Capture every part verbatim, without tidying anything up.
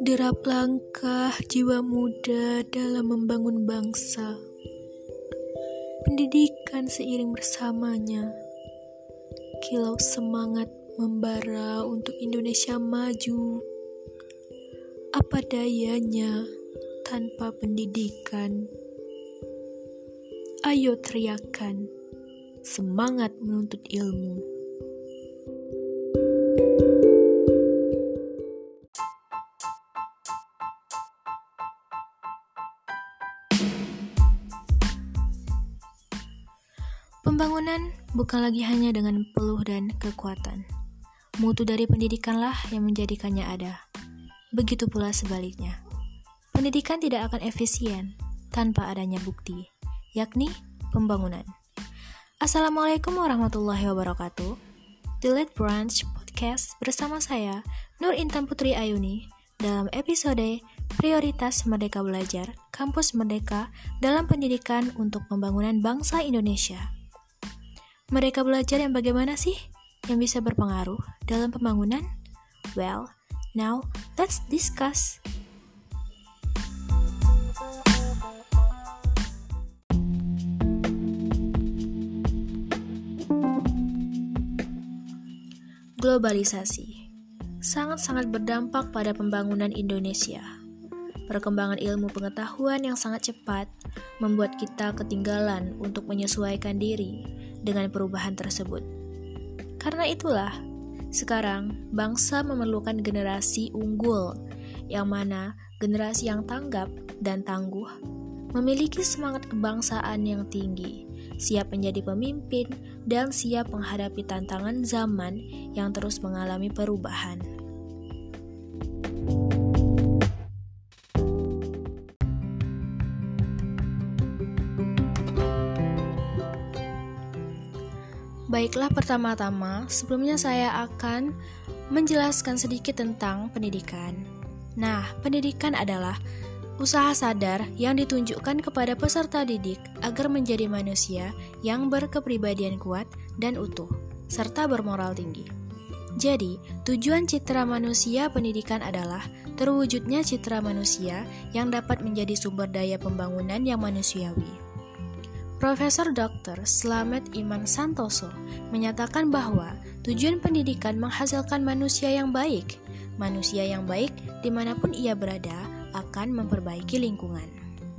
Derap langkah jiwa muda dalam membangun bangsa. Pendidikan seiring bersamanya. Kilau semangat membara untuk Indonesia maju. Apa dayanya tanpa pendidikan? Ayo teriakan, semangat menuntut ilmu. Pembangunan bukan lagi hanya dengan peluh dan kekuatan. Mutu dari pendidikanlah yang menjadikannya ada. Begitu pula sebaliknya. Pendidikan tidak akan efisien tanpa adanya bukti, yakni pembangunan. Assalamualaikum warahmatullahi wabarakatuh. The Lead Branch Podcast bersama saya, Nur Intan Putri Ayuni, dalam episode Prioritas Merdeka Belajar, Kampus Merdeka dalam Pendidikan untuk Pembangunan Bangsa Indonesia. Merdeka belajar yang bagaimana sih yang bisa berpengaruh dalam pembangunan? Well, now let's discuss. Globalisasi sangat-sangat berdampak pada pembangunan Indonesia. Perkembangan ilmu pengetahuan yang sangat cepat membuat kita ketinggalan untuk menyesuaikan diri dengan perubahan tersebut. Karena itulah, sekarang bangsa memerlukan generasi unggul, yang mana generasi yang tanggap dan tangguh, memiliki semangat kebangsaan yang tinggi, siap menjadi pemimpin, dan siap menghadapi tantangan zaman yang terus mengalami perubahan. Baiklah, pertama-tama, sebelumnya saya akan menjelaskan sedikit tentang pendidikan. Nah, pendidikan adalah usaha sadar yang ditunjukkan kepada peserta didik agar menjadi manusia yang berkepribadian kuat dan utuh, serta bermoral tinggi. Jadi, tujuan citra manusia pendidikan adalah terwujudnya citra manusia yang dapat menjadi sumber daya pembangunan yang manusiawi. Profesor Doktor Slamet Iman Santoso menyatakan bahwa tujuan pendidikan menghasilkan manusia yang baik. Manusia yang baik dimanapun ia berada akan memperbaiki lingkungan.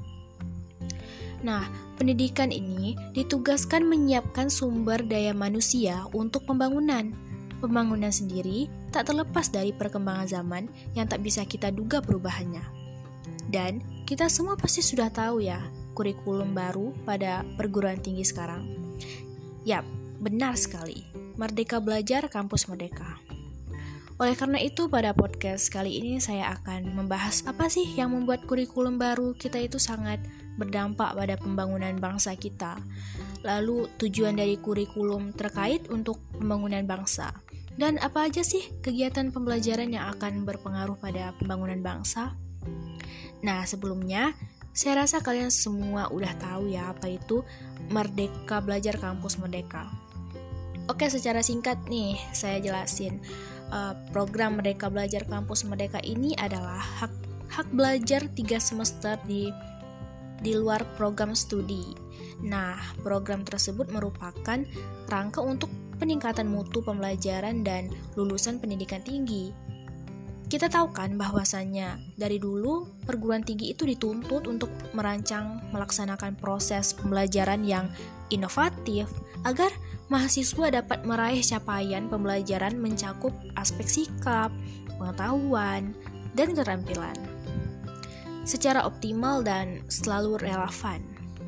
Nah, pendidikan ini ditugaskan menyiapkan sumber daya manusia untuk pembangunan. Pembangunan sendiri tak terlepas dari perkembangan zaman yang tak bisa kita duga perubahannya. Dan kita semua pasti sudah tahu ya, kurikulum baru pada perguruan tinggi sekarang. Yap, benar sekali. Merdeka Belajar, Kampus Merdeka. Oleh karena itu, pada podcast kali ini saya akan membahas apa sih yang membuat kurikulum baru kita itu sangat berdampak pada pembangunan bangsa kita. Lalu tujuan dari kurikulum terkait untuk pembangunan bangsa. Dan apa aja sih kegiatan pembelajaran yang akan berpengaruh pada pembangunan bangsa? Nah, sebelumnya saya rasa kalian semua udah tahu ya apa itu Merdeka Belajar Kampus Merdeka. Oke, secara singkat nih saya jelasin. Uh, program Merdeka Belajar Kampus Merdeka ini adalah hak hak belajar tiga semester di di luar program studi. Nah, program tersebut merupakan rangka untuk peningkatan mutu pembelajaran dan lulusan pendidikan tinggi. Kita tahu kan bahwasannya dari dulu perguruan tinggi itu dituntut untuk merancang melaksanakan proses pembelajaran yang inovatif agar mahasiswa dapat meraih capaian pembelajaran mencakup aspek sikap, pengetahuan, dan keterampilan secara optimal dan selalu relevan.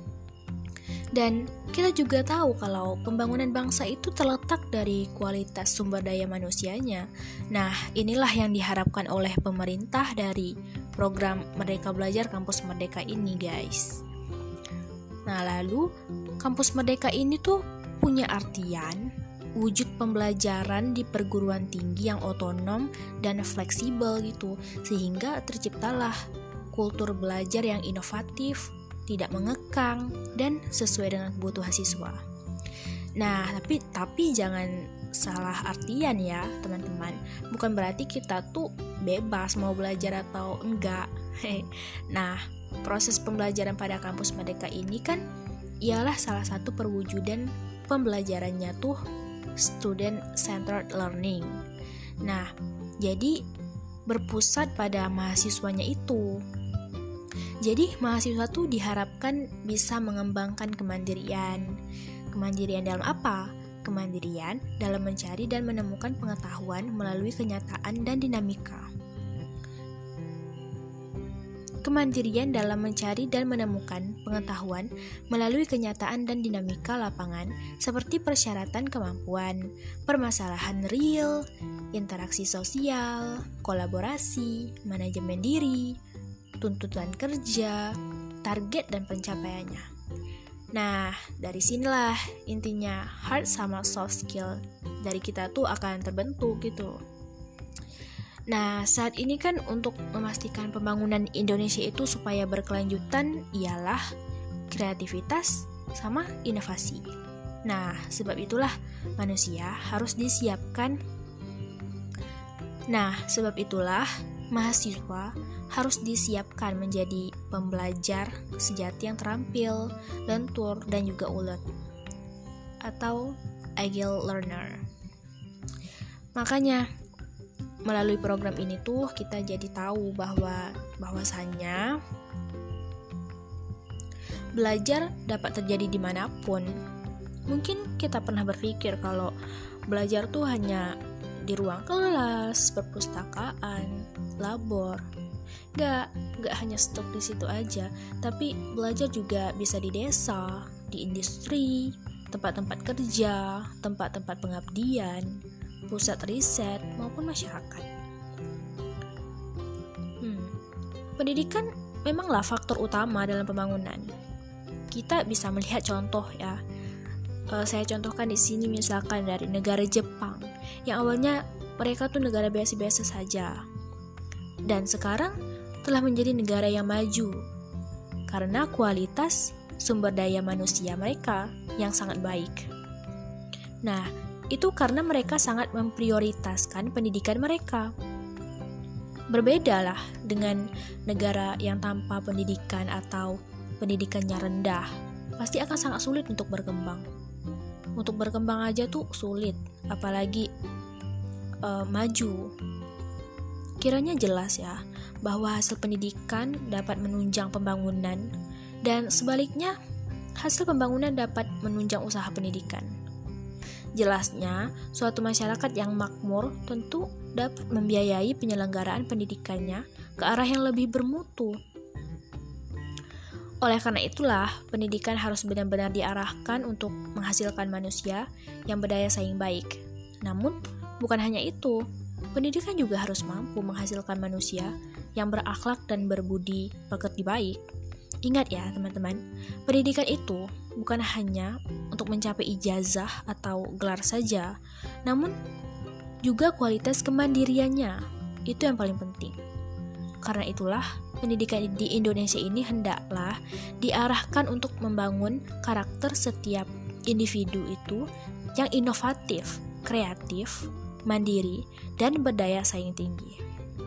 Dan kita juga tahu kalau pembangunan bangsa itu terletak dari kualitas sumber daya manusianya. Nah, inilah yang diharapkan oleh pemerintah dari program Merdeka Belajar Kampus Merdeka ini, guys. Nah, lalu Kampus Merdeka ini tuh punya artian wujud pembelajaran di perguruan tinggi yang otonom dan fleksibel gitu, sehingga terciptalah kultur belajar yang inovatif, tidak mengekang, dan sesuai dengan kebutuhan siswa. Nah, tapi tapi jangan salah artian ya, teman-teman. Bukan berarti kita tuh bebas mau belajar atau enggak. Nah, proses pembelajaran pada kampus Merdeka ini kan ialah salah satu perwujudan pembelajarannya tuh student centered learning. Nah, jadi berpusat pada mahasiswanya itu. Jadi mahasiswa tuh diharapkan bisa mengembangkan kemandirian. Kemandirian dalam apa? Kemandirian dalam mencari dan menemukan pengetahuan melalui kenyataan dan dinamika. Kemandirian dalam mencari dan menemukan pengetahuan melalui kenyataan dan dinamika lapangan seperti persyaratan kemampuan, permasalahan real, interaksi sosial, kolaborasi, manajemen diri, tuntutan kerja, target dan pencapaiannya. Nah, dari sinilah intinya hard sama soft skill dari kita tuh akan terbentuk gitu. Nah, saat ini kan untuk memastikan pembangunan Indonesia itu supaya berkelanjutan ialah kreativitas sama inovasi. Nah, sebab itulah manusia harus disiapkan. Nah, sebab itulah mahasiswa harus disiapkan menjadi pembelajar sejati yang terampil, lentur, dan juga ulet, atau agile learner. Makanya melalui program ini tuh kita jadi tahu bahwa bahwasannya belajar dapat terjadi dimanapun. Mungkin kita pernah berpikir kalau belajar tuh hanya di ruang kelas, perpustakaan, labor. Gak, gak hanya stop di situ aja, tapi belajar juga bisa di desa, di industri, tempat-tempat kerja, tempat-tempat pengabdian, pusat riset, maupun masyarakat. Hmm. Pendidikan memanglah faktor utama dalam pembangunan. Kita bisa melihat contoh ya. Uh, saya contohkan di sini misalkan dari negara Jepang, yang awalnya mereka tuh negara biasa-biasa saja, dan sekarang telah menjadi negara yang maju karena kualitas sumber daya manusia mereka yang sangat baik. Nah, itu karena mereka sangat memprioritaskan pendidikan mereka. Berbedalah dengan negara yang tanpa pendidikan atau pendidikannya rendah, pasti akan sangat sulit untuk berkembang. Untuk berkembang aja tuh sulit, apalagi uh, maju. Kiranya jelas ya, bahwa hasil pendidikan dapat menunjang pembangunan, dan sebaliknya, hasil pembangunan dapat menunjang usaha pendidikan. Jelasnya, suatu masyarakat yang makmur tentu dapat membiayai penyelenggaraan pendidikannya ke arah yang lebih bermutu. Oleh karena itulah, pendidikan harus benar-benar diarahkan untuk menghasilkan manusia yang berdaya saing baik. Namun, bukan hanya itu, pendidikan juga harus mampu menghasilkan manusia yang berakhlak dan berbudi pekerti baik. Ingat ya teman-teman, pendidikan itu bukan hanya untuk mencapai ijazah atau gelar saja, namun juga kualitas kemandiriannya. Itu yang paling penting. Karena itulah, pendidikan di Indonesia ini hendaklah diarahkan untuk membangun karakter setiap individu itu yang inovatif, kreatif, mandiri, dan berdaya saing tinggi.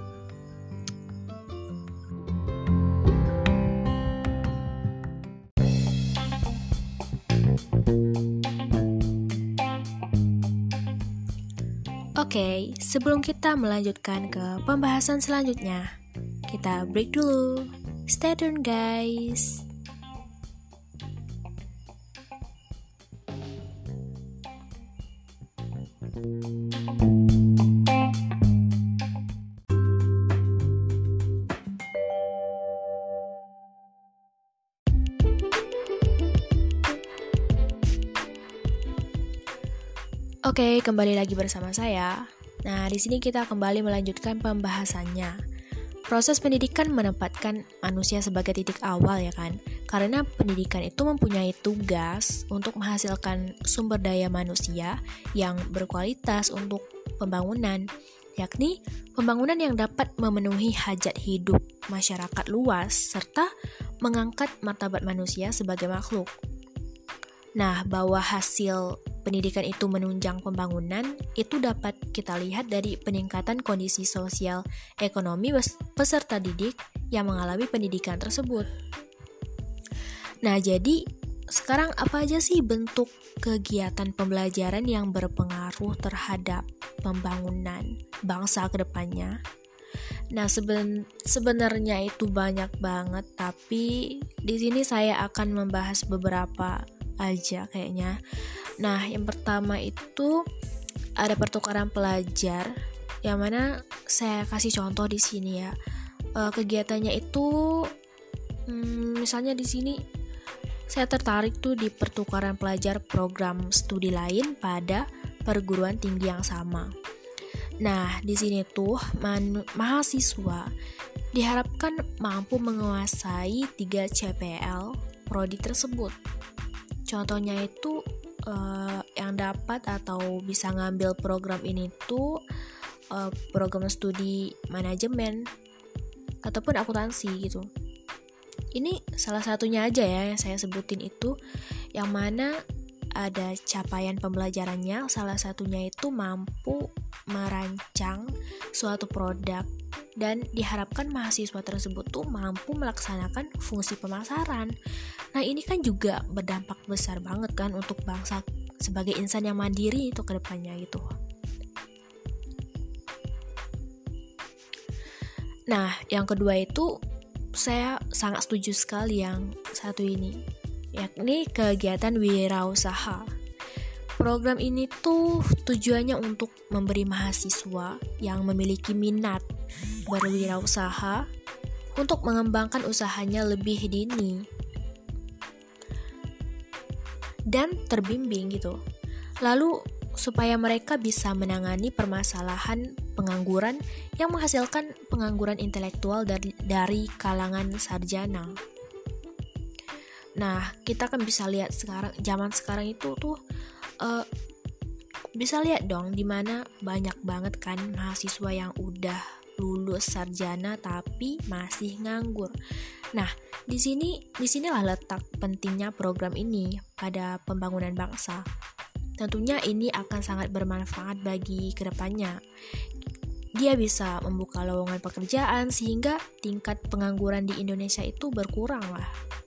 Oke, sebelum kita melanjutkan ke pembahasan selanjutnya, kita break dulu. Stay tuned guys. Oke, kembali lagi bersama saya. Nah, di sini kita kembali melanjutkan pembahasannya. Proses pendidikan menempatkan manusia sebagai titik awal ya kan? Karena pendidikan itu mempunyai tugas untuk menghasilkan sumber daya manusia yang berkualitas untuk pembangunan, yakni pembangunan yang dapat memenuhi hajat hidup masyarakat luas serta mengangkat martabat manusia sebagai makhluk. Nah, bahwa hasil pendidikan itu menunjang pembangunan itu dapat kita lihat dari peningkatan kondisi sosial ekonomi peserta didik yang mengalami pendidikan tersebut. Nah, jadi sekarang apa aja sih bentuk kegiatan pembelajaran yang berpengaruh terhadap pembangunan bangsa ke depannya? Nah, seben, sebenarnya itu banyak banget, tapi di sini saya akan membahas beberapa aja kayaknya. Nah, yang pertama itu ada pertukaran pelajar, yang mana saya kasih contoh di sini ya. E, kegiatannya itu, hmm, misalnya di sini saya tertarik tuh di pertukaran pelajar program studi lain pada perguruan tinggi yang sama. Nah, di sini tuh man- mahasiswa diharapkan mampu menguasai tiga C P L prodi tersebut. Contohnya itu uh, yang dapat atau bisa ngambil program ini tuh uh, program studi manajemen ataupun akuntansi gitu. Ini salah satunya aja ya yang saya sebutin itu, yang mana ada capaian pembelajarannya, salah satunya itu mampu merancang suatu produk dan diharapkan mahasiswa tersebut tuh mampu melaksanakan fungsi pemasaran. Nah, ini kan juga berdampak besar banget kan untuk bangsa sebagai insan yang mandiri itu ke depannya gitu. Nah, yang kedua itu saya sangat setuju sekali yang satu ini, yakni kegiatan wirausaha. Program ini tuh tujuannya untuk memberi mahasiswa yang memiliki minat berwirausaha untuk mengembangkan usahanya lebih dini dan terbimbing gitu. Lalu supaya mereka bisa menangani permasalahan pengangguran yang menghasilkan pengangguran intelektual dari, dari kalangan sarjana. Nah, kita kan bisa lihat sekarang, zaman sekarang itu tuh uh, bisa lihat dong dimana banyak banget kan mahasiswa yang udah lulus sarjana tapi masih nganggur. Nah, di sini di sinilah letak pentingnya program ini pada pembangunan bangsa. Tentunya ini akan sangat bermanfaat bagi kedepannya. Dia bisa membuka lowongan pekerjaan sehingga tingkat pengangguran di Indonesia itu berkurang lah.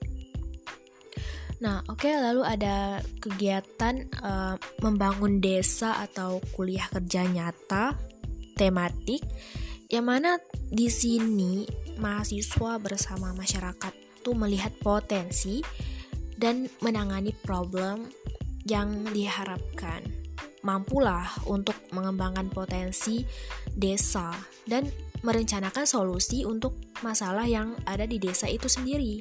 Nah, oke, okay, lalu ada kegiatan uh, membangun desa atau kuliah kerja nyata tematik, yang mana di sini mahasiswa bersama masyarakat tuh melihat potensi dan menangani problem yang diharapkan. Mampulah untuk mengembangkan potensi desa dan merencanakan solusi untuk masalah yang ada di desa itu sendiri.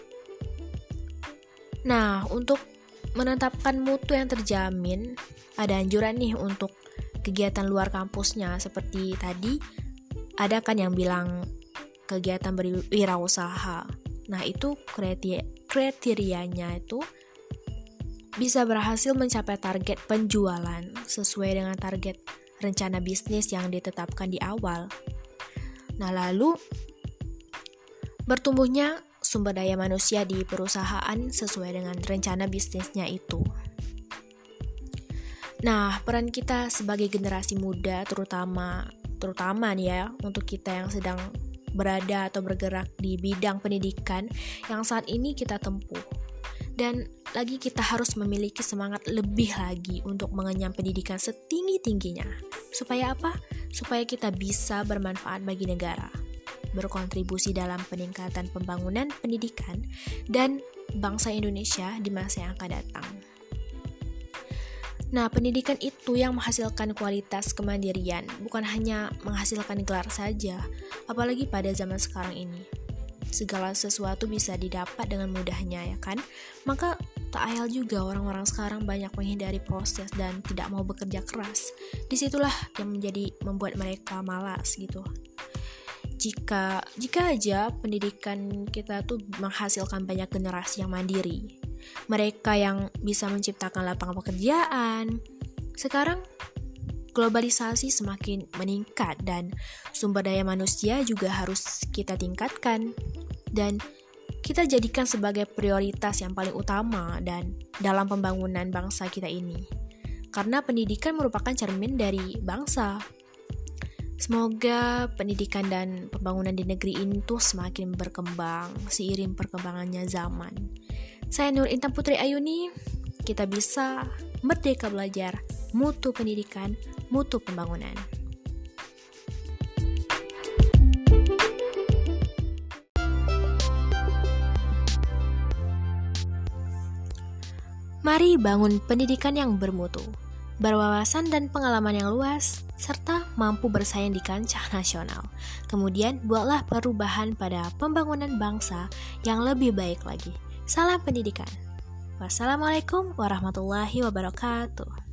Nah, untuk menetapkan mutu yang terjamin, ada anjuran nih untuk kegiatan luar kampusnya. Seperti tadi, ada kan yang bilang kegiatan berwirausaha. Nah, itu kriteria, kriterianya itu bisa berhasil mencapai target penjualan sesuai dengan target rencana bisnis yang ditetapkan di awal. Nah, lalu bertumbuhnya sumber daya manusia di perusahaan sesuai dengan rencana bisnisnya itu. Nah, peran kita sebagai generasi muda terutama terutama nih ya, untuk kita yang sedang berada atau bergerak di bidang pendidikan yang saat ini kita tempuh. Dan lagi kita harus memiliki semangat lebih lagi untuk mengenyam pendidikan setinggi-tingginya. Supaya apa? Supaya kita bisa bermanfaat bagi negara, berkontribusi dalam peningkatan pembangunan pendidikan dan bangsa Indonesia di masa yang akan datang. Nah, pendidikan itu yang menghasilkan kualitas kemandirian, bukan hanya menghasilkan gelar saja, apalagi pada zaman sekarang ini. Segala sesuatu bisa didapat dengan mudahnya, ya kan? Maka tak ayal juga orang-orang sekarang banyak menghindari proses dan tidak mau bekerja keras. Disitulah yang menjadi membuat mereka malas gitu. Jika jika aja pendidikan kita tuh menghasilkan banyak generasi yang mandiri, mereka yang bisa menciptakan lapangan pekerjaan. Sekarang globalisasi semakin meningkat dan sumber daya manusia juga harus kita tingkatkan. Dan kita jadikan sebagai prioritas yang paling utama dan dalam pembangunan bangsa kita ini. Karena pendidikan merupakan cermin dari bangsa. Semoga pendidikan dan pembangunan di negeri ini tuh semakin berkembang seiring perkembangannya zaman. Saya Nur Intan Putri Ayuni, kita bisa merdeka belajar, mutu pendidikan, mutu pembangunan. Mari bangun pendidikan yang bermutu, berwawasan dan pengalaman yang luas, serta mampu bersaing di kancah nasional. Kemudian buatlah perubahan pada pembangunan bangsa yang lebih baik lagi. Salam pendidikan. Wassalamualaikum warahmatullahi wabarakatuh.